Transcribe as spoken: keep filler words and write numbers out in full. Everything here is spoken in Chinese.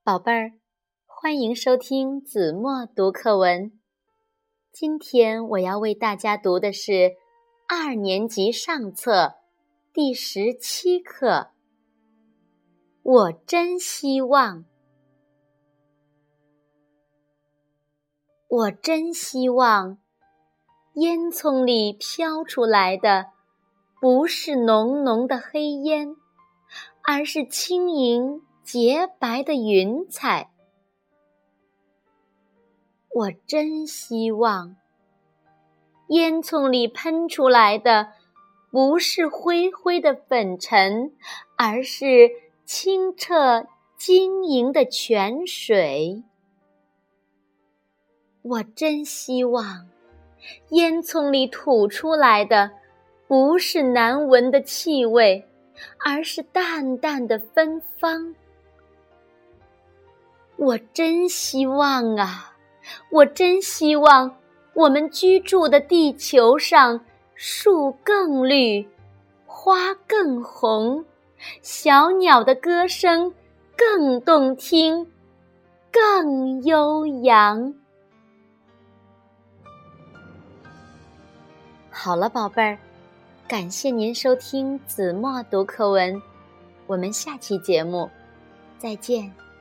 宝贝儿，欢迎收听子墨读课文。今天我要为大家读的是二年级上册第十七课。我真希望，我真希望，烟囱里飘出来的不是浓浓的黑烟，而是轻盈洁白的云彩。我真希望，烟囱里喷出来的不是灰灰的粉尘，而是清澈晶莹的泉水。我真希望，烟囱里吐出来的不是难闻的气味，而是淡淡的芬芳。我真希望啊，我真希望我们居住的地球上树更绿，花更红，小鸟的歌声更动听，更悠扬。好了，宝贝儿，感谢您收听子墨读课文，我们下期节目再见。